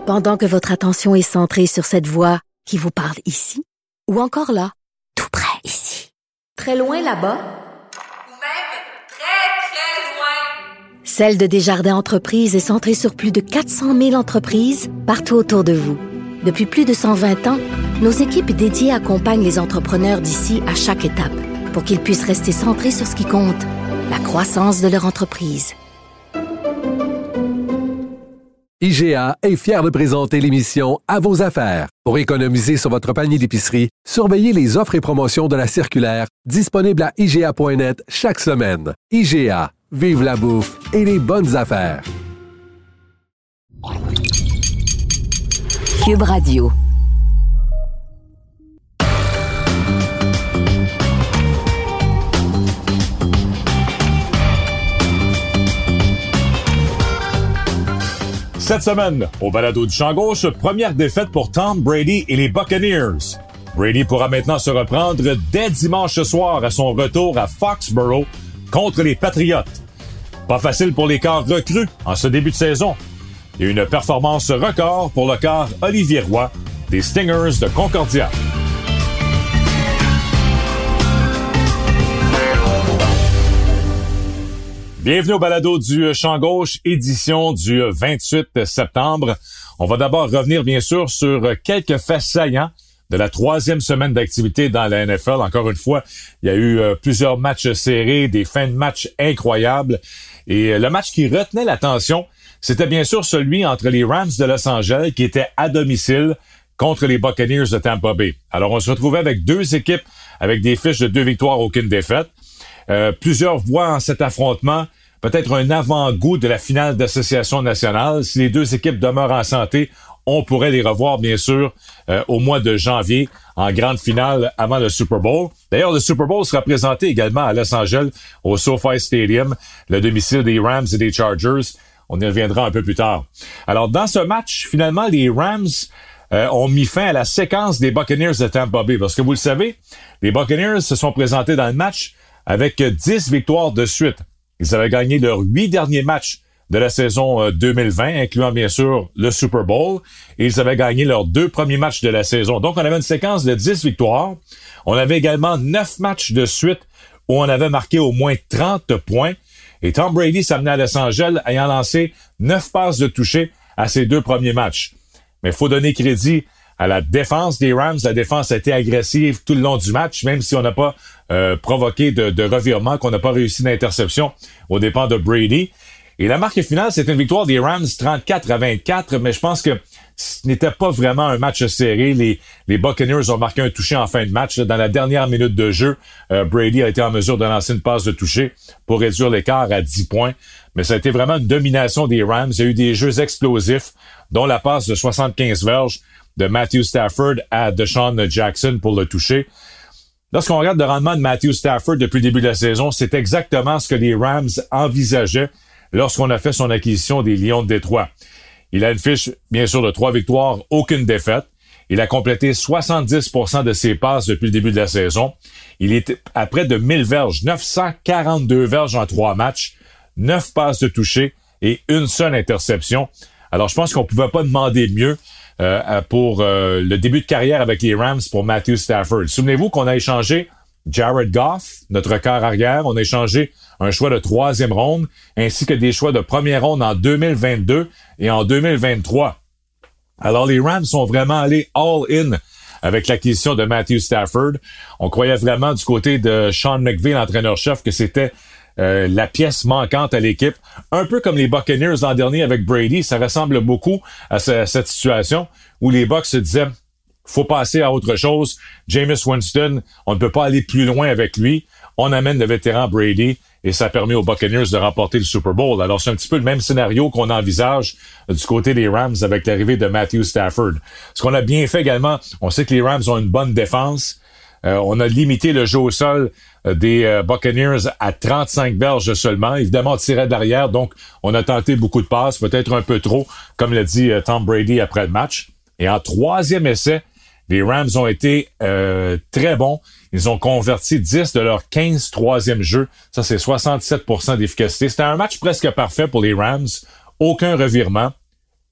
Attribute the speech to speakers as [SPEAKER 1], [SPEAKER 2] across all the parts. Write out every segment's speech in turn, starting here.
[SPEAKER 1] Pendant que votre attention est centrée sur cette voix qui vous parle ici, ou encore là, tout près ici, très loin là-bas,
[SPEAKER 2] ou même très, très loin.
[SPEAKER 1] Celle de Desjardins Entreprises est centrée sur plus de 400 000 entreprises partout autour de vous. Depuis plus de 120 ans, nos équipes dédiées accompagnent les entrepreneurs d'ici à chaque étape pour qu'ils puissent rester centrés sur ce qui compte, la croissance de leur entreprise.
[SPEAKER 3] IGA est fier de présenter l'émission À vos affaires. Pour économiser sur votre panier d'épicerie, surveillez les offres et promotions de la circulaire disponible à IGA.net chaque semaine. IGA, vive la bouffe et les bonnes affaires.
[SPEAKER 4] Cube Radio.
[SPEAKER 5] Cette semaine, au balado du champ gauche, première défaite pour Tom Brady et les Buccaneers. Brady pourra maintenant se reprendre dès dimanche soir à son retour à Foxborough contre les Patriots. Pas facile pour les corps recrues en ce début de saison. Et une performance record pour le corps Olivier Roy des Stingers de Concordia. Bienvenue au balado du champ gauche, édition du 28 septembre. On va d'abord revenir bien sûr sur quelques faits saillants de la troisième semaine d'activité dans la NFL. Encore une fois, il y a eu plusieurs matchs serrés, des fins de match incroyables. Et le match qui retenait l'attention, c'était bien sûr celui entre les Rams de Los Angeles qui étaient à domicile contre les Buccaneers de Tampa Bay. Alors on se retrouvait avec deux équipes avec des fiches de 2 victoires, aucune défaite. Plusieurs voient en cet affrontement peut-être un avant-goût de la finale d'association nationale. Si les deux équipes demeurent en santé, on pourrait les revoir, bien sûr, au mois de janvier, en grande finale avant le Super Bowl. D'ailleurs, le Super Bowl sera présenté également à Los Angeles, au SoFi Stadium, le domicile des Rams et des Chargers. On y reviendra un peu plus tard. Alors, dans ce match, finalement, les Rams ont mis fin à la séquence des Buccaneers de Tampa Bay. Parce que vous le savez, les Buccaneers se sont présentés dans le match avec 10 victoires de suite. Ils avaient gagné leurs 8 derniers matchs de la saison 2020, incluant bien sûr le Super Bowl, et ils avaient gagné leurs 2 premiers matchs de la saison. Donc, on avait une séquence de 10 victoires. On avait également 9 matchs de suite où on avait marqué au moins 30 points. Et Tom Brady s'amenait à Los Angeles ayant lancé 9 passes de toucher à ses 2 premiers matchs. Mais il faut donner crédit à la défense des Rams. La défense a été agressive tout le long du match, même si on n'a pas provoqué de revirement, qu'on n'a pas réussi d'interception aux dépens de Brady. Et la marque finale, c'est une victoire des Rams 34-24, mais je pense que ce n'était pas vraiment un match serré. Les Buccaneers ont marqué un touché en fin de match. Dans la dernière minute de jeu, Brady a été en mesure de lancer une passe de touché pour réduire l'écart à 10 points. Mais ça a été vraiment une domination des Rams. Il y a eu des jeux explosifs, dont la passe de 75 verges de Matthew Stafford à Deshaun Jackson pour le toucher. Lorsqu'on regarde le rendement de Matthew Stafford depuis le début de la saison, c'est exactement ce que les Rams envisageaient lorsqu'on a fait son acquisition des Lions de Détroit. Il a une fiche, bien sûr, de 3 victoires, aucune défaite. Il a complété 70% de ses passes depuis le début de la saison. Il est à près de 1000 verges, 942 verges en 3 matchs, 9 passes de toucher et une seule interception. Alors, je pense qu'on ne pouvait pas demander mieux pour le début de carrière avec les Rams pour Matthew Stafford. Souvenez-vous qu'on a échangé Jared Goff, notre quart arrière. On a échangé un choix de 3e ronde, ainsi que des choix de 1er ronde en 2022 et en 2023. Alors, les Rams sont vraiment allés all-in avec l'acquisition de Matthew Stafford. On croyait vraiment du côté de Sean McVay, l'entraîneur-chef, que c'était la pièce manquante à l'équipe. Un peu comme les Buccaneers l'an dernier avec Brady, ça ressemble beaucoup à cette situation où les Bucs se disaient faut passer à autre chose. Jameis Winston, on ne peut pas aller plus loin avec lui. On amène le vétéran Brady et ça permet aux Buccaneers de remporter le Super Bowl. Alors, c'est un petit peu le même scénario qu'on envisage du côté des Rams avec l'arrivée de Matthew Stafford. Ce qu'on a bien fait également, on sait que les Rams ont une bonne défense. On a limité le jeu au sol des Buccaneers à 35 verges seulement. Évidemment, on tirait de l'arrière, donc on a tenté beaucoup de passes, peut-être un peu trop, comme l'a dit Tom Brady après le match. Et en 3e essai, les Rams ont été très bons. Ils ont converti 10 de leurs 15 troisièmes jeux. Ça, c'est 67% d'efficacité. C'était un match presque parfait pour les Rams. Aucun revirement.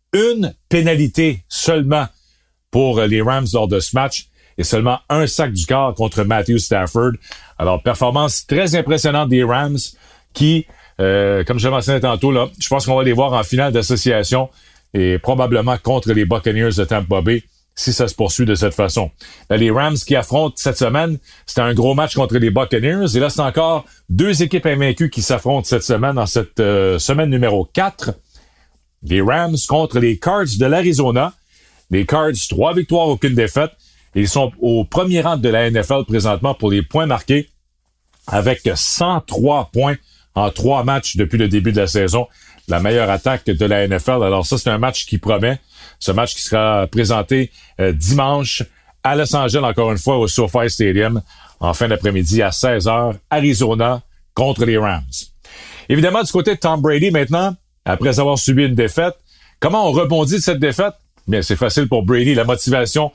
[SPEAKER 5] une pénalité seulement pour les Rams lors de ce match et seulement un sac du quart contre Matthew Stafford. Alors, performance très impressionnante des Rams qui, comme je l'ai mentionné tantôt, là, je pense qu'on va les voir en finale d'association et probablement contre les Buccaneers de Tampa Bay si ça se poursuit de cette façon. Là, les Rams qui affrontent cette semaine, c'était un gros match contre les Buccaneers et là, c'est encore deux équipes invaincues qui s'affrontent cette semaine dans cette semaine numéro 4. Les Rams contre les Cards de l'Arizona. Les Cards, 3 victoires, aucune défaite. Ils sont au premier rang de la NFL présentement pour les points marqués avec 103 points en 3 matchs depuis le début de la saison. La meilleure attaque de la NFL. Alors ça, c'est un match qui promet. Ce match qui sera présenté dimanche à Los Angeles, encore une fois, au SoFi Stadium, en fin d'après-midi à 16h, Arizona contre les Rams. Évidemment, du côté de Tom Brady maintenant, après avoir subi une défaite, comment on rebondit de cette défaite? Bien, c'est facile pour Brady. La motivation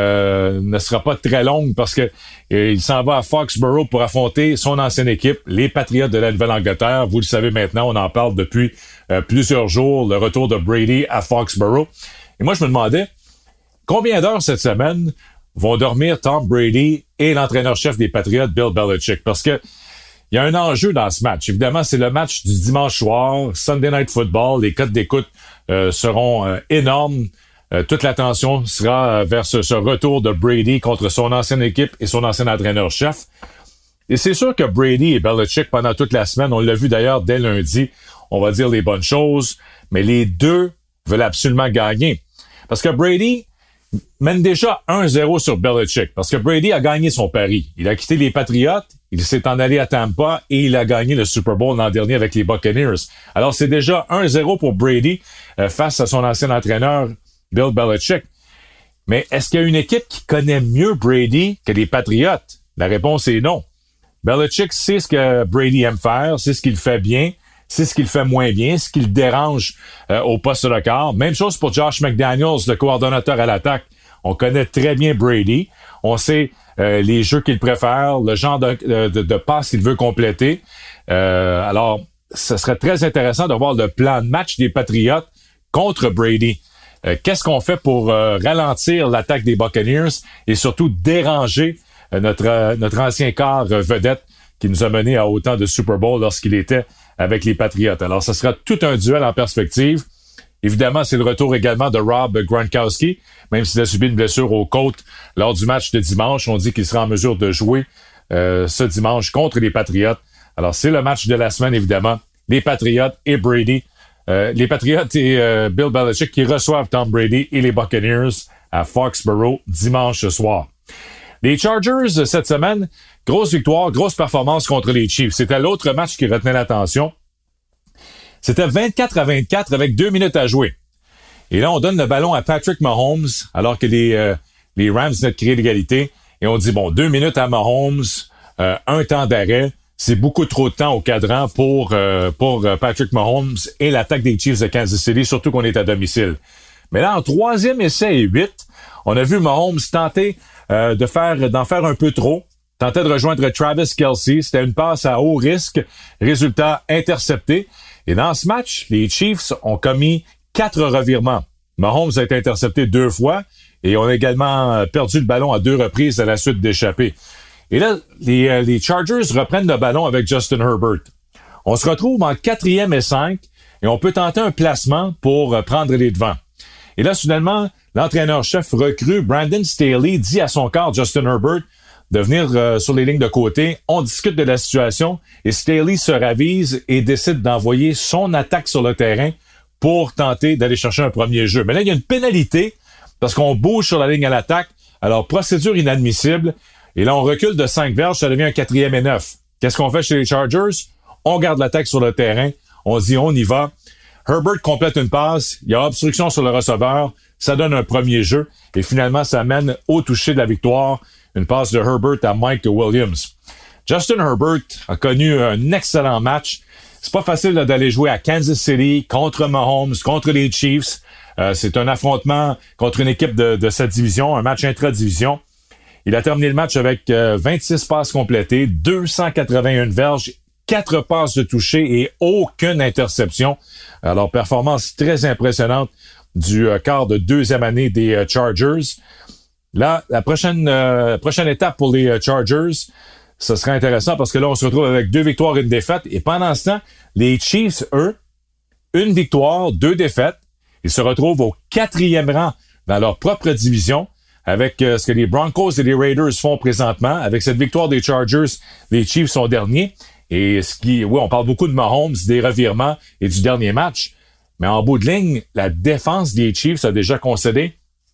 [SPEAKER 5] ne sera pas très longue parce que il s'en va à Foxborough pour affronter son ancienne équipe, les Patriots de la Nouvelle-Angleterre. Vous le savez maintenant, on en parle depuis plusieurs jours, le retour de Brady à Foxborough. Et moi, je me demandais, combien d'heures cette semaine vont dormir Tom Brady et l'entraîneur-chef des Patriots, Bill Belichick? Parce que il y a un enjeu dans ce match. Évidemment, c'est le match du dimanche soir, Sunday Night Football. Les cotes d'écoute seront énormes. Toute l'attention sera vers ce retour de Brady contre son ancienne équipe et son ancien entraîneur-chef. Et c'est sûr que Brady et Belichick, pendant toute la semaine, on l'a vu d'ailleurs dès lundi, on va dire les bonnes choses, mais les deux veulent absolument gagner. Parce que Brady mène déjà 1-0 sur Belichick, parce que Brady a gagné son pari. Il a quitté les Patriots, il s'est en allé à Tampa et il a gagné le Super Bowl l'an dernier avec les Buccaneers. Alors c'est déjà 1-0 pour Brady face à son ancien entraîneur Bill Belichick. Mais est-ce qu'il y a une équipe qui connaît mieux Brady que les Patriots? La réponse est non. Belichick sait ce que Brady aime faire, c'est ce qu'il fait bien, c'est ce qu'il fait moins bien, ce qui le dérange au poste de quart. Même chose pour Josh McDaniels, le coordonnateur à l'attaque. On connaît très bien Brady. On sait les jeux qu'il préfère, le genre de passe qu'il veut compléter. Alors, ce serait très intéressant de voir le plan de match des Patriots contre Brady. Qu'est-ce qu'on fait pour ralentir l'attaque des Buccaneers et surtout déranger notre ancien quart vedette qui nous a mené à autant de Super Bowl lorsqu'il était avec les Patriots. Alors, ce sera tout un duel en perspective. Évidemment, c'est le retour également de Rob Gronkowski, même s'il a subi une blessure aux côtes lors du match de dimanche. On dit qu'il sera en mesure de jouer ce dimanche contre les Patriots. Alors, c'est le match de la semaine, évidemment. Les Patriots et Brady. Les Patriots et Bill Belichick qui reçoivent Tom Brady et les Buccaneers à Foxborough dimanche soir. Les Chargers, cette semaine, grosse victoire, grosse performance contre les Chiefs. C'était l'autre match qui retenait l'attention. C'était 24-24 avec 2 minutes à jouer. Et là, on donne le ballon à Patrick Mahomes alors que les Rams venaient de créer l'égalité. Et on dit, bon, 2 minutes à Mahomes, un temps d'arrêt. C'est beaucoup trop de temps au cadran pour Patrick Mahomes et l'attaque des Chiefs de Kansas City, surtout qu'on est à domicile. Mais là, en 3e essai et 8, on a vu Mahomes tenter d'en faire un peu trop, tentait de rejoindre Travis Kelce. C'était une passe à haut risque, résultat intercepté. Et dans ce match, les Chiefs ont commis 4 revirements. Mahomes a été intercepté 2 fois et on a également perdu le ballon à 2 reprises à la suite d'échapper. Et là, les Chargers reprennent le ballon avec Justin Herbert. On se retrouve en 4e et 5 et on peut tenter un placement pour prendre les devants. Et là, soudainement, l'entraîneur-chef recrue Brandon Staley dit à son quart Justin Herbert de venir sur les lignes de côté. On discute de la situation et Staley se ravise et décide d'envoyer son attaque sur le terrain pour tenter d'aller chercher un premier jeu. Mais là, il y a une pénalité parce qu'on bouge sur la ligne à l'attaque. Alors, procédure inadmissible. Et là, on recule de 5 verges, ça devient un 4e et 9. Qu'est-ce qu'on fait chez les Chargers? On garde l'attaque sur le terrain. On dit, on y va. Herbert complète une passe. Il y a obstruction sur le receveur. Ça donne un premier jeu. Et finalement, ça mène au toucher de la victoire. Une passe de Herbert à Mike Williams. Justin Herbert a connu un excellent match. C'est pas facile d'aller jouer à Kansas City contre Mahomes, contre les Chiefs. C'est un affrontement contre une équipe de cette division, un match intra-division. Il a terminé le match avec 26 passes complétées, 281 verges, 4 passes de toucher et aucune interception. Alors, performance très impressionnante du quart de deuxième année des Chargers. Là, la prochaine étape pour les Chargers, ce serait intéressant parce que là, on se retrouve avec 2 victoires et une défaite. Et pendant ce temps, les Chiefs, eux, 1 victoire, 2 défaites. Ils se retrouvent au 4e rang dans leur propre division avec ce que les Broncos et les Raiders font présentement. Avec cette victoire des Chargers, les Chiefs sont derniers. Et on parle beaucoup de Mahomes, des revirements et du dernier match. Mais en bout de ligne, la défense des Chiefs a déjà concédé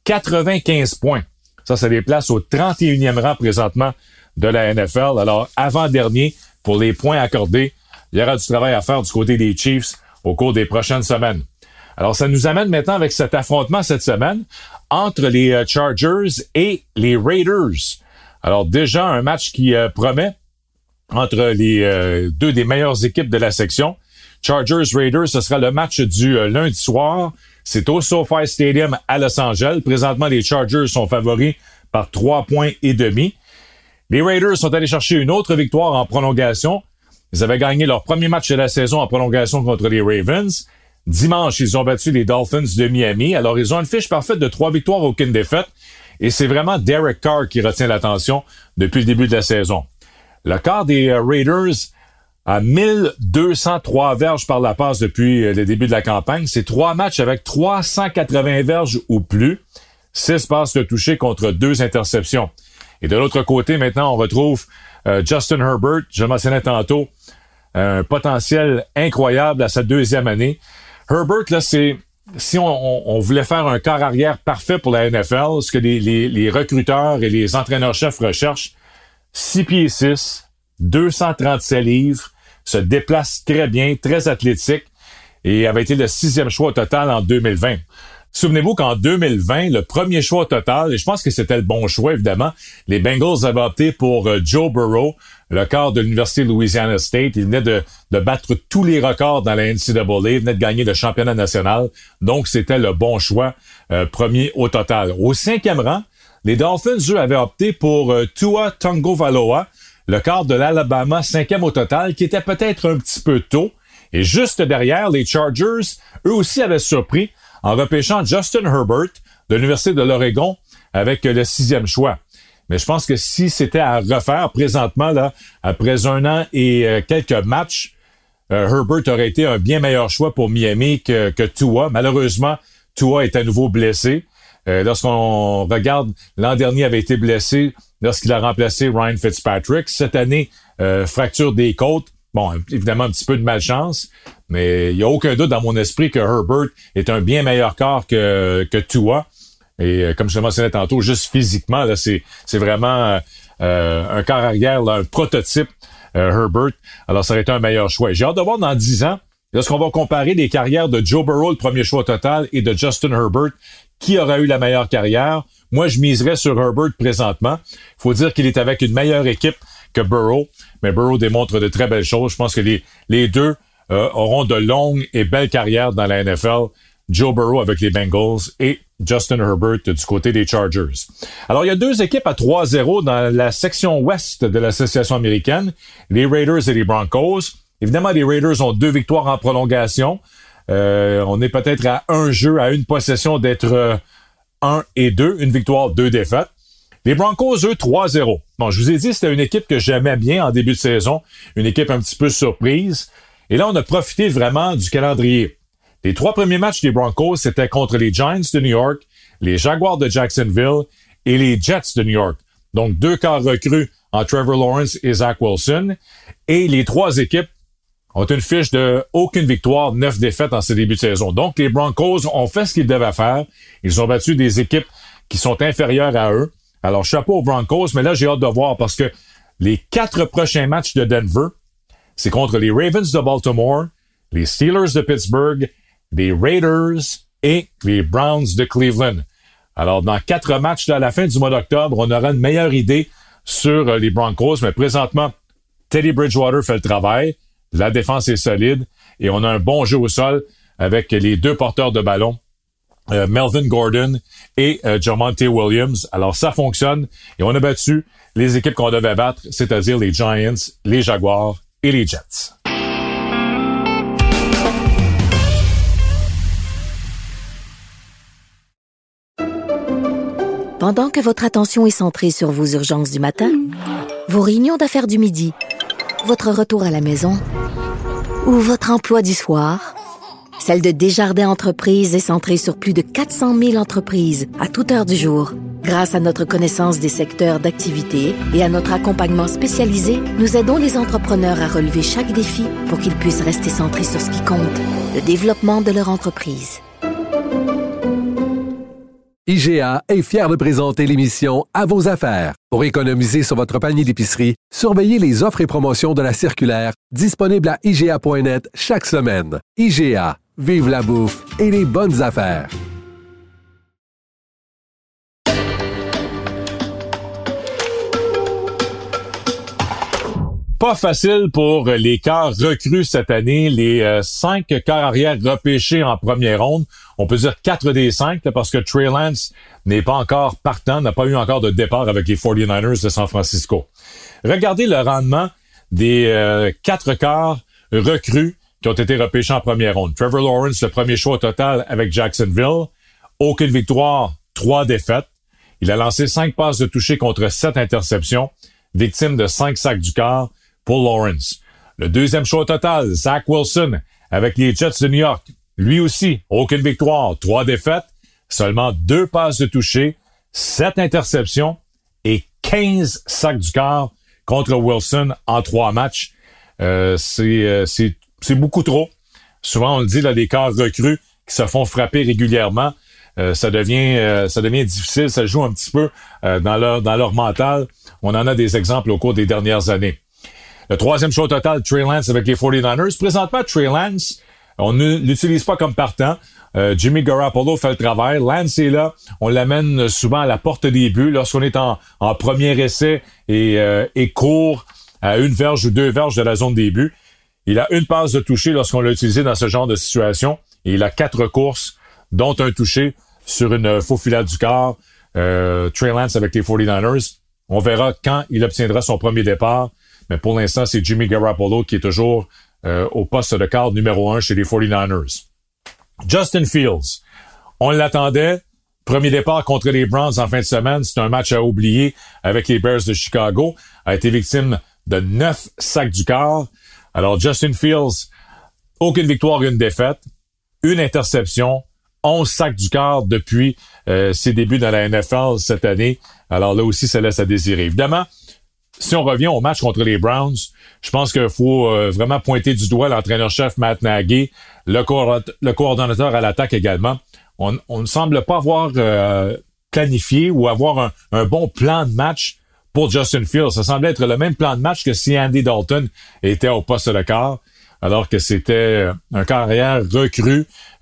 [SPEAKER 5] 95 points. Ça les place au 31e rang présentement de la NFL. Alors, avant-dernier, pour les points accordés, il y aura du travail à faire du côté des Chiefs au cours des prochaines semaines. Alors, ça nous amène maintenant avec cet affrontement cette semaine entre les Chargers et les Raiders. Alors, déjà, un match qui promet entre les 2 des meilleures équipes de la section. Chargers-Raiders, ce sera le match du lundi soir. C'est au SoFi Stadium à Los Angeles. Présentement, les Chargers sont favoris par 3 points et demi. Les Raiders sont allés chercher une autre victoire en prolongation. Ils avaient gagné leur premier match de la saison en prolongation contre les Ravens. Dimanche, ils ont battu les Dolphins de Miami. Alors, ils ont une fiche parfaite de 3 victoires, aucune défaite. Et c'est vraiment Derek Carr qui retient l'attention depuis le début de la saison. Le quart des Raiders a 1203 verges par la passe depuis le début de la campagne. C'est 3 matchs avec 380 verges ou plus. 6 passes de toucher contre 2 interceptions. Et de l'autre côté, maintenant, on retrouve Justin Herbert. Je le mentionnais tantôt, un potentiel incroyable à sa 2e année. Herbert, là, si on voulait faire un quart arrière parfait pour la NFL, ce que les recruteurs et les entraîneurs-chefs recherchent, 6 pieds 6, 237 livres, se déplace très bien, très athlétique et avait été le 6e choix au total en 2020. Souvenez-vous qu'en 2020, le premier choix au total, et je pense que c'était le bon choix, évidemment, les Bengals avaient opté pour Joe Burrow, le quart de l'Université de Louisiana State. Il venait de battre tous les records dans la NCAA, il venait de gagner le championnat national. Donc, c'était le bon choix, premier au total. Au 5e rang, les Dolphins, eux, avaient opté pour Tua Tagovailoa, le quart de l'Alabama, 5e au total, qui était peut-être un petit peu tôt. Et juste derrière, les Chargers, eux aussi avaient surpris en repêchant Justin Herbert de l'Université de l'Oregon avec le 6e choix. Mais je pense que si c'était à refaire présentement, là, après 1 an et quelques matchs, Herbert aurait été un bien meilleur choix pour Miami que Tua. Malheureusement, Tua est à nouveau blessé. Lorsqu'on regarde, l'an dernier avait été blessé lorsqu'il a remplacé Ryan Fitzpatrick. Cette année, fracture des côtes. Bon, évidemment, un petit peu de malchance, mais il n'y a aucun doute dans mon esprit que Herbert est un bien meilleur quart que Tua. Et comme je le mentionnais tantôt, juste physiquement, là, c'est vraiment un quart arrière, là, un prototype Herbert. Alors, ça aurait été un meilleur choix. J'ai hâte de voir dans 10 ans, lorsqu'on va comparer les carrières de Joe Burrow, le premier choix total, et de Justin Herbert, qui aura eu la meilleure carrière. Moi, je miserais sur Herbert présentement. Il faut dire qu'il est avec une meilleure équipe que Burrow, mais Burrow démontre de très belles choses. Je pense que les deux auront de longues et belles carrières dans la NFL. Joe Burrow avec les Bengals et Justin Herbert du côté des Chargers. Alors, il y a 2 équipes à 3-0 dans la section ouest de l'association américaine, les Raiders et les Broncos. Évidemment, les Raiders ont 2 victoires en prolongation. On est peut-être à un jeu, à une possession d'être 1 et 2, une victoire, 2 défaites. Les Broncos, eux, 3-0. Bon, je vous ai dit, c'était une équipe que j'aimais bien en début de saison, une équipe un petit peu surprise. Et là, on a profité vraiment du calendrier. Les 3 premiers matchs des Broncos, c'était contre les Giants de New York, les Jaguars de Jacksonville et les Jets de New York. Donc, 2 quarts recrues en Trevor Lawrence et Zach Wilson. Et les 3 équipes ont une fiche de aucune victoire, 9 défaites en ce début de saison. Donc, les Broncos ont fait ce qu'ils devaient faire. Ils ont battu des équipes qui sont inférieures à eux. Alors, chapeau aux Broncos, mais là, j'ai hâte de voir parce que les 4 prochains matchs de Denver, c'est contre les Ravens de Baltimore, les Steelers de Pittsburgh, les Raiders et les Browns de Cleveland. Alors, dans 4 matchs à la fin du mois d'octobre, on aura une meilleure idée sur les Broncos, mais présentement, Teddy Bridgewater fait le travail, la défense est solide et on a un bon jeu au sol avec les 2 porteurs de ballon, Melvin Gordon et Javonte Williams. Alors, ça fonctionne et on a battu les équipes qu'on devait battre, c'est-à-dire les Giants, les Jaguars et les Jets.
[SPEAKER 1] Pendant que votre attention est centrée sur vos urgences du matin, vos réunions d'affaires du midi, votre retour à la maison ou votre emploi du soir, celle de Desjardins Entreprises est centrée sur plus de 400 000 entreprises à toute heure du jour. Grâce à notre connaissance des secteurs d'activité et à notre accompagnement spécialisé, nous aidons les entrepreneurs à relever chaque défi pour qu'ils puissent rester centrés sur ce qui compte, le développement de leur entreprise.
[SPEAKER 3] IGA est fier de présenter l'émission À vos affaires. Pour économiser sur votre panier d'épicerie, surveillez les offres et promotions de la circulaire disponible à IGA.net chaque semaine. IGA, vive la bouffe et les bonnes affaires.
[SPEAKER 5] Pas facile pour les quarts recrues cette année. Les 5 quarts arrière repêchés en première ronde. On peut dire 4 des 5 là, parce que Trey Lance n'est pas encore partant, n'a pas eu encore de départ avec les 49ers de San Francisco. Regardez le rendement des 4 quarts recrues qui ont été repêchés en première ronde. Trevor Lawrence, le premier choix au total avec Jacksonville. Aucune victoire, 3 défaites. Il a lancé 5 passes de toucher contre 7 interceptions. Victime de 5 sacs du quart pour Lawrence. Le deuxième choix au total, Zach Wilson, avec les Jets de New York. Lui aussi, aucune victoire, 3 défaites, seulement 2 passes de toucher, 7 interceptions et 15 sacs du quart contre Wilson en 3 matchs. C'est beaucoup trop. Souvent, on le dit, là, les quarts recrues qui se font frapper régulièrement, ça devient difficile, ça joue un petit peu dans leur mental. On en a des exemples au cours des dernières années. Le troisième choix au total, Trey Lance avec les 49ers. Présentement, Trey Lance, on ne l'utilise pas comme partant. Jimmy Garoppolo fait le travail. Lance est là. On l'amène souvent à la porte des buts lorsqu'on est en premier essai et court à 1 verge ou 2 verges de la zone des buts. Il a 1 passe de toucher lorsqu'on l'a utilisé dans ce genre de situation. Et il a 4 courses, dont un touché sur une faufilade du quart. Trey Lance avec les 49ers. On verra quand il obtiendra son premier départ. Mais pour l'instant, c'est Jimmy Garoppolo qui est toujours au poste de quart numéro 1 chez les 49ers. Justin Fields, on l'attendait. Premier départ contre les Browns en fin de semaine. C'est un match à oublier avec les Bears de Chicago. A été victime de 9 sacs du quart. Alors, Justin Fields, aucune victoire, 1 défaite, 1 interception, 11 sacs du quart depuis ses débuts dans la NFL cette année. Alors là aussi, ça laisse à désirer. Évidemment, si on revient au match contre les Browns, je pense qu'il faut vraiment pointer du doigt l'entraîneur-chef Matt Nagy, le coordonnateur à l'attaque également. On ne semble pas avoir planifié ou avoir un bon plan de match pour Justin Fields. Ça semblait être le même plan de match que si Andy Dalton était au poste de quart, alors que c'était un carrière recru,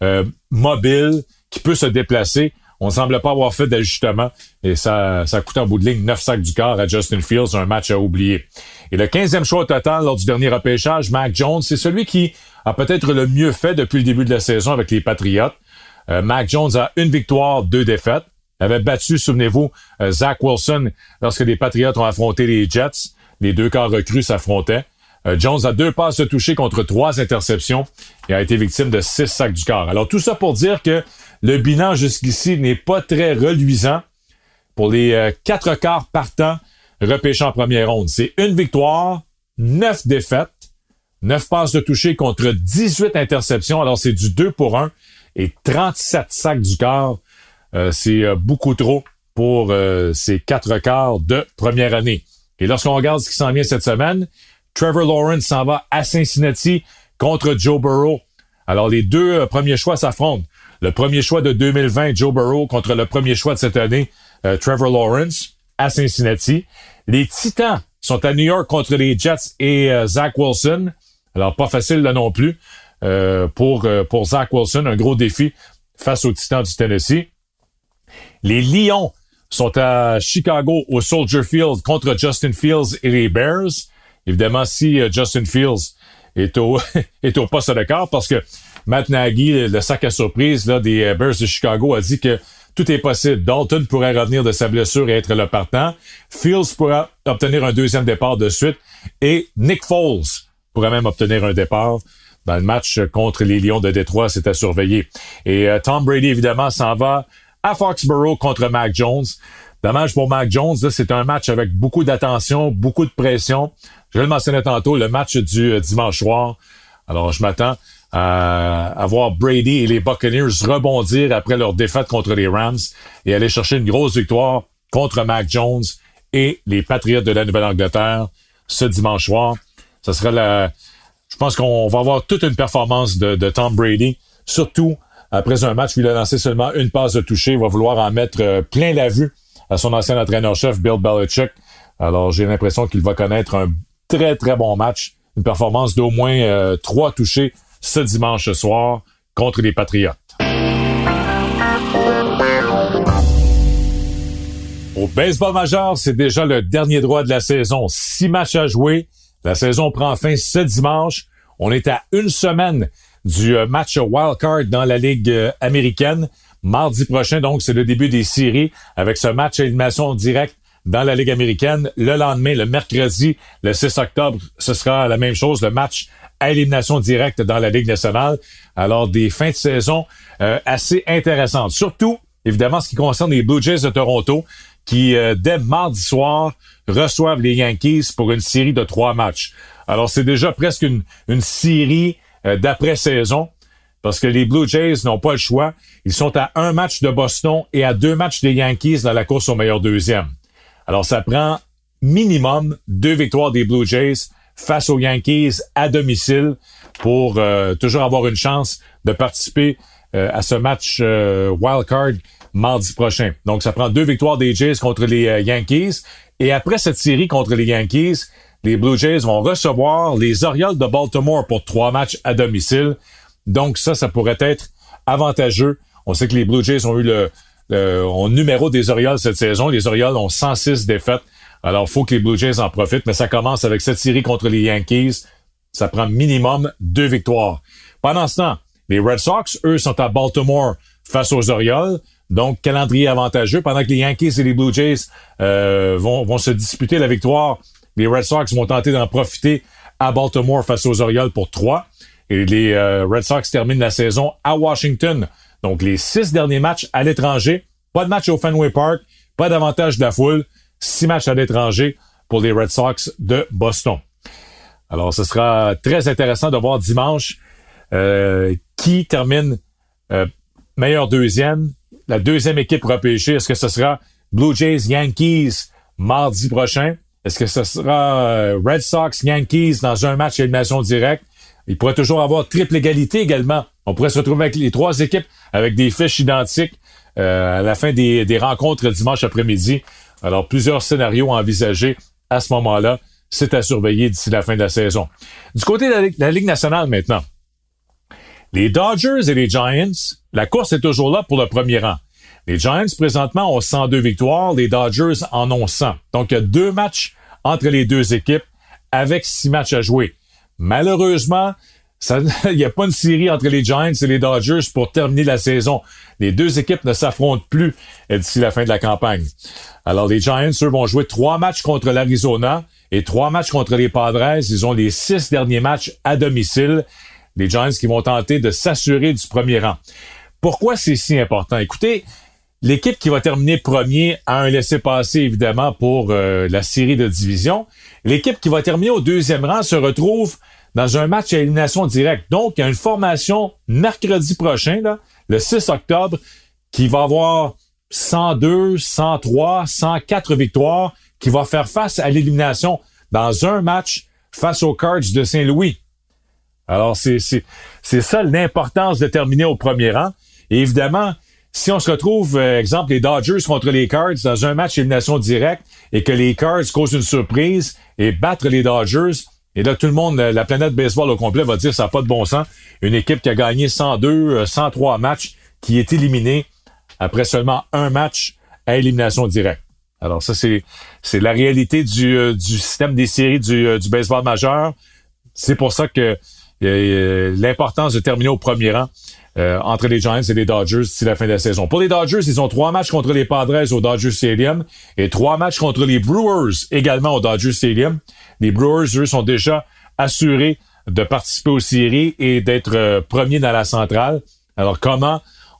[SPEAKER 5] mobile, qui peut se déplacer. On ne semble pas avoir fait d'ajustement et ça coûte en bout de ligne 9 sacs du quart à Justin Fields, un match à oublier. Et le 15e choix au total lors du dernier repêchage, Mac Jones, c'est celui qui a peut-être le mieux fait depuis le début de la saison avec les Patriots. Mac Jones a 1 victoire, 2 défaites. Il avait battu, souvenez-vous, Zach Wilson lorsque les Patriots ont affronté les Jets. Les 2 quarts recrues s'affrontaient. Jones a 2 passes de toucher contre 3 interceptions et a été victime de 6 sacs du quart. Alors tout ça pour dire que le bilan jusqu'ici n'est pas très reluisant pour les 4 quarts partants repêchés en première ronde. C'est 1 victoire, 9 défaites, 9 passes de toucher contre 18 interceptions. Alors c'est du 2 pour 1 et 37 sacs du quart. C'est beaucoup trop pour ces 4 quarts de première année. Et lorsqu'on regarde ce qui s'en vient cette semaine, Trevor Lawrence s'en va à Cincinnati contre Joe Burrow. Alors les 2 premiers choix s'affrontent. Le premier choix de 2020, Joe Burrow, contre le premier choix de cette année, Trevor Lawrence, à Cincinnati. Les Titans sont à New York contre les Jets et Zach Wilson. Alors, pas facile là non plus pour Zach Wilson. Un gros défi face aux Titans du Tennessee. Les Lions sont à Chicago au Soldier Field contre Justin Fields et les Bears. Évidemment, si Justin Fields est au poste de quart, parce que Matt Nagy, le sac à surprise là, des Bears de Chicago, a dit que tout est possible. Dalton pourrait revenir de sa blessure et être le partant. Fields pourra obtenir un 2e départ de suite. Et Nick Foles pourrait même obtenir un départ dans le match contre les Lions de Détroit. C'est à surveiller. Et Tom Brady, évidemment, s'en va à Foxborough contre Mac Jones. Dommage pour Mac Jones. Là, c'est un match avec beaucoup d'attention, beaucoup de pression. Je le mentionnais tantôt, le match du dimanche soir. Alors, je m'attends à voir Brady et les Buccaneers rebondir après leur défaite contre les Rams et aller chercher une grosse victoire contre Mac Jones et les Patriots de la Nouvelle-Angleterre ce dimanche soir. Ça sera je pense qu'on va avoir toute une performance de Tom Brady, surtout après un match où il a lancé seulement une passe de toucher. Il va vouloir en mettre plein la vue à son ancien entraîneur-chef Bill Belichick. Alors, j'ai l'impression qu'il va connaître un très, très bon match, une performance d'au moins 3 touchés ce dimanche soir contre les Patriots. Au baseball majeur, c'est déjà le dernier droit de la saison. 6 matchs à jouer. La saison prend fin ce dimanche. On est à une semaine du match wildcard dans la Ligue américaine. Mardi prochain, donc, c'est le début des séries avec ce match à élimination directe dans la Ligue américaine. Le lendemain, le mercredi, le 6 octobre, ce sera la même chose, le match à élimination directe dans la Ligue nationale. Alors, des fins de saison assez intéressantes. Surtout, évidemment, ce qui concerne les Blue Jays de Toronto, qui, dès mardi soir, reçoivent les Yankees pour une série de 3 matchs. Alors, c'est déjà presque une série d'après-saison, parce que les Blue Jays n'ont pas le choix. Ils sont à 1 match de Boston et à 2 matchs des Yankees dans la course au meilleur deuxième. Alors, ça prend minimum 2 victoires des Blue Jays face aux Yankees à domicile pour toujours avoir une chance de participer à ce match wildcard mardi prochain. Donc, ça prend 2 victoires des Jays contre les Yankees. Et après cette série contre les Yankees, les Blue Jays vont recevoir les Orioles de Baltimore pour 3 matchs à domicile. Donc, ça pourrait être avantageux. On sait que les Blue Jays ont eu le numéro des Orioles cette saison. Les Orioles ont 106 défaites. Alors, il faut que les Blue Jays en profitent, mais ça commence avec cette série contre les Yankees. Ça prend minimum 2 victoires. Pendant ce temps, les Red Sox, eux, sont à Baltimore face aux Orioles. Donc, calendrier avantageux. Pendant que les Yankees et les Blue Jays vont se disputer la victoire, les Red Sox vont tenter d'en profiter à Baltimore face aux Orioles pour 3. Et les Red Sox terminent la saison à Washington. Donc, les 6 derniers matchs à l'étranger. Pas de match au Fenway Park. Pas d'avantage de la foule. 6 matchs à l'étranger pour les Red Sox de Boston. Alors, ce sera très intéressant de voir dimanche qui termine meilleur deuxième. La deuxième équipe repêchée, est-ce que ce sera Blue Jays Yankees mardi prochain? Est-ce que ce sera Red Sox Yankees dans un match à élimination directe? Il pourrait toujours avoir triple égalité également. On pourrait se retrouver avec les 3 équipes avec des fiches identiques à la fin des rencontres dimanche après-midi. Alors, plusieurs scénarios envisagés à ce moment-là. C'est à surveiller d'ici la fin de la saison. Du côté de la Ligue nationale maintenant, les Dodgers et les Giants, la course est toujours là pour le premier rang. Les Giants, présentement, ont 102 victoires. Les Dodgers en ont 100. Donc, il y a 2 matchs entre les 2 équipes avec 6 matchs à jouer. Malheureusement, il n'y a pas une série entre les Giants et les Dodgers pour terminer la saison. Les 2 équipes ne s'affrontent plus d'ici la fin de la campagne. Alors, les Giants, eux, vont jouer 3 matchs contre l'Arizona et 3 matchs contre les Padres. Ils ont les 6 derniers matchs à domicile. Les Giants qui vont tenter de s'assurer du premier rang. Pourquoi c'est si important? Écoutez, l'équipe qui va terminer premier a un laissez-passer, évidemment, pour la série de division. L'équipe qui va terminer au 2e rang se retrouve dans un match à élimination directe. Donc, il y a une formation mercredi prochain, là, le 6 octobre, qui va avoir 102, 103, 104 victoires, qui va faire face à l'élimination dans un match face aux Cards de Saint-Louis. Alors, c'est ça l'importance de terminer au premier rang. Et évidemment, si on se retrouve, exemple, les Dodgers contre les Cards dans un match élimination directe et que les Cards causent une surprise et battent les Dodgers, et là, tout le monde, la planète baseball au complet va dire ça n'a pas de bon sens. Une équipe qui a gagné 102, 103 matchs, qui est éliminée après seulement un match à élimination directe. Alors ça, c'est la réalité du système des séries du baseball majeur. C'est pour ça que l'importance de terminer au premier rang entre les Giants et les Dodgers d'ici la fin de la saison. Pour les Dodgers, ils ont 3 matchs contre les Padres au Dodger Stadium et 3 matchs contre les Brewers également au Dodger Stadium. Les Brewers, eux, sont déjà assurés de participer aux séries et d'être premiers dans la centrale. Alors, comment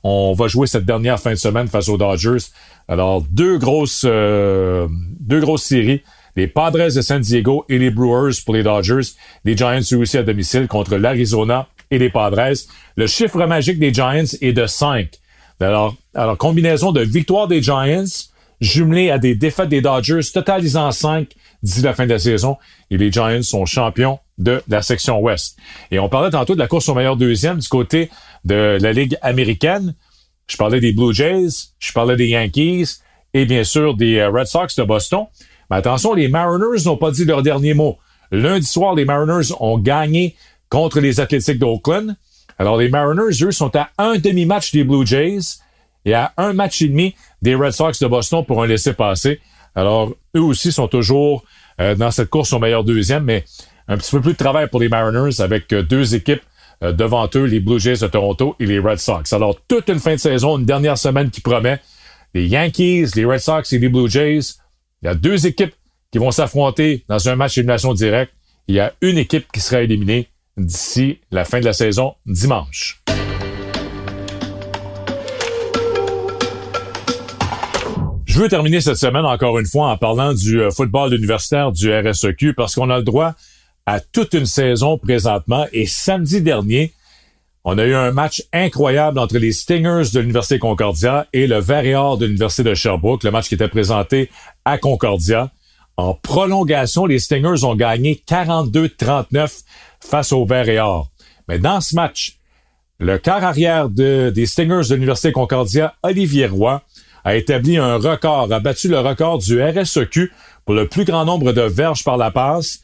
[SPEAKER 5] on va jouer cette dernière fin de semaine face aux Dodgers. Alors, deux grosses séries. Les Padres de San Diego et les Brewers pour les Dodgers. Les Giants aussi à domicile contre l'Arizona et les Padres. Le chiffre magique des Giants est de 5. Alors, combinaison de victoires des Giants jumelée à des défaites des Dodgers, totalisant 5 d'ici la fin de la saison. Et les Giants sont champions de la section Ouest. Et on parlait tantôt de la course au meilleur deuxième du côté de la Ligue américaine. Je parlais des Blue Jays, je parlais des Yankees et bien sûr des Red Sox de Boston. Mais attention, les Mariners n'ont pas dit leur dernier mot. Lundi soir, les Mariners ont gagné contre les Athletics d'Oakland. Alors, les Mariners, eux, sont à un demi-match des Blue Jays et à un match et demi des Red Sox de Boston pour un laissez-passer. Alors, eux aussi sont toujours dans cette course au meilleur deuxième, mais un petit peu plus de travail pour les Mariners avec deux équipes devant eux, les Blue Jays de Toronto et les Red Sox. Alors, toute une fin de saison, une dernière semaine qui promet. Les Yankees, les Red Sox et les Blue Jays. Il y a deux équipes qui vont s'affronter dans un match d'élimination directe. Il y a une équipe qui sera éliminée d'ici la fin de la saison dimanche. Je veux terminer cette semaine encore une fois en parlant du football universitaire du RSEQ parce qu'on a le droit à toute une saison présentement et samedi dernier, on a eu un match incroyable entre les Stingers de l'Université Concordia et le Vert et Or de l'Université de Sherbrooke, le match qui était présenté à Concordia. En prolongation, les Stingers ont gagné 42-39 face au Vert et Or. Mais dans ce match, le quart arrière des Stingers de l'Université Concordia, Olivier Roy, a établi un record, a battu le record du RSEQ pour le plus grand nombre de verges par la passe,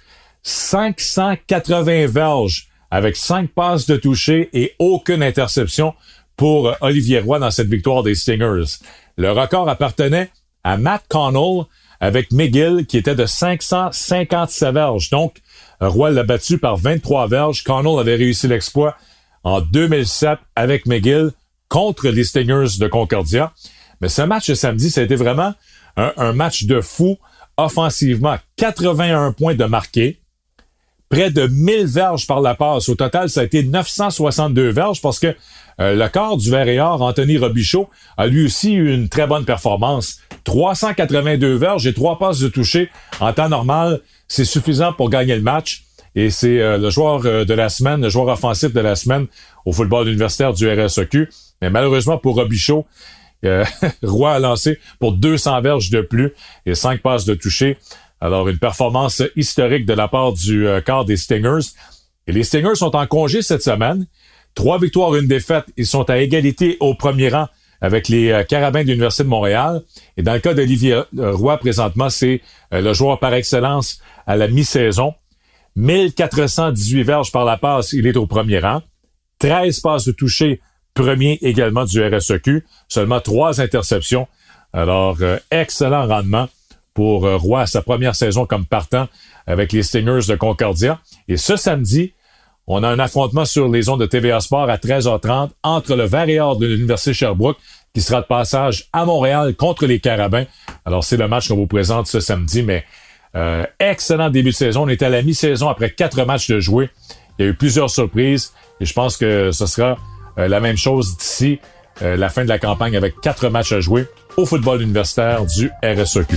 [SPEAKER 5] 580 verges avec 5 passes de toucher et aucune interception pour Olivier Roy dans cette victoire des Stingers. Le record appartenait à Matt Connell avec McGill qui était de 557 verges. Donc, Roy l'a battu par 23 verges. Connell avait réussi l'exploit en 2007 avec McGill contre les Stingers de Concordia. Mais ce match de samedi, ça a été vraiment un match de fou offensivement. 81 points de marqués. Près de 1000 verges par la passe. Au total, ça a été 962 verges parce que le quart du Vert et Or, Anthony Robichaud, a lui aussi eu une très bonne performance. 382 verges et 3 passes de toucher. En temps normal, c'est suffisant pour gagner le match. Et c'est le joueur de la semaine, le joueur offensif de la semaine au football universitaire du RSEQ. Mais malheureusement pour Robichaud, Roy a lancé pour 200 verges de plus et 5 passes de toucher. Alors, une performance historique de la part du quart des Stingers. Et les Stingers sont en congé cette semaine. 3 victoires, 1 défaite. Ils sont à égalité au premier rang avec les Carabins de l'Université de Montréal. Et dans le cas d'Olivier Roy, présentement, c'est le joueur par excellence à la mi-saison. 1418 verges par la passe, il est au premier rang. 13 passes de toucher, premier également du RSEQ. Seulement 3 interceptions. Alors, excellent rendement pour Roy à sa première saison comme partant avec les Stingers de Concordia. Et ce samedi, on a un affrontement sur les ondes de TVA Sport à 13h30 entre le Vert et Or de l'Université Sherbrooke qui sera de passage à Montréal contre les Carabins. Alors, c'est le match qu'on vous présente ce samedi, mais excellent début de saison. On est à la mi-saison après 4 matchs de jouer. Il y a eu plusieurs surprises et je pense que ce sera la même chose d'ici la fin de la campagne avec 4 matchs à jouer au football universitaire du RSEQ.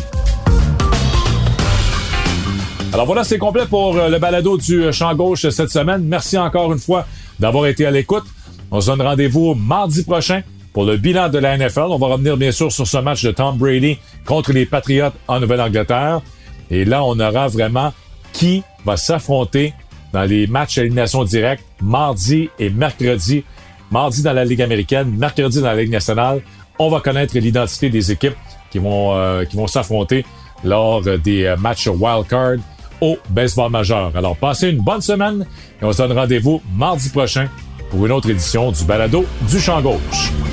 [SPEAKER 5] Alors voilà, c'est complet pour le balado du Champ Gauche cette semaine. Merci encore une fois d'avoir été à l'écoute. On se donne rendez-vous mardi prochain pour le bilan de la NFL. On va revenir bien sûr sur ce match de Tom Brady contre les Patriots en Nouvelle-Angleterre. Et là, on aura vraiment qui va s'affronter dans les matchs à élimination directe mardi et mercredi. Mardi dans la Ligue américaine, mercredi dans la Ligue nationale. On va connaître l'identité des équipes qui vont s'affronter lors des matchs wild card au baseball majeur. Alors, passez une bonne semaine et on se donne rendez-vous mardi prochain pour une autre édition du balado du Champ Gauche.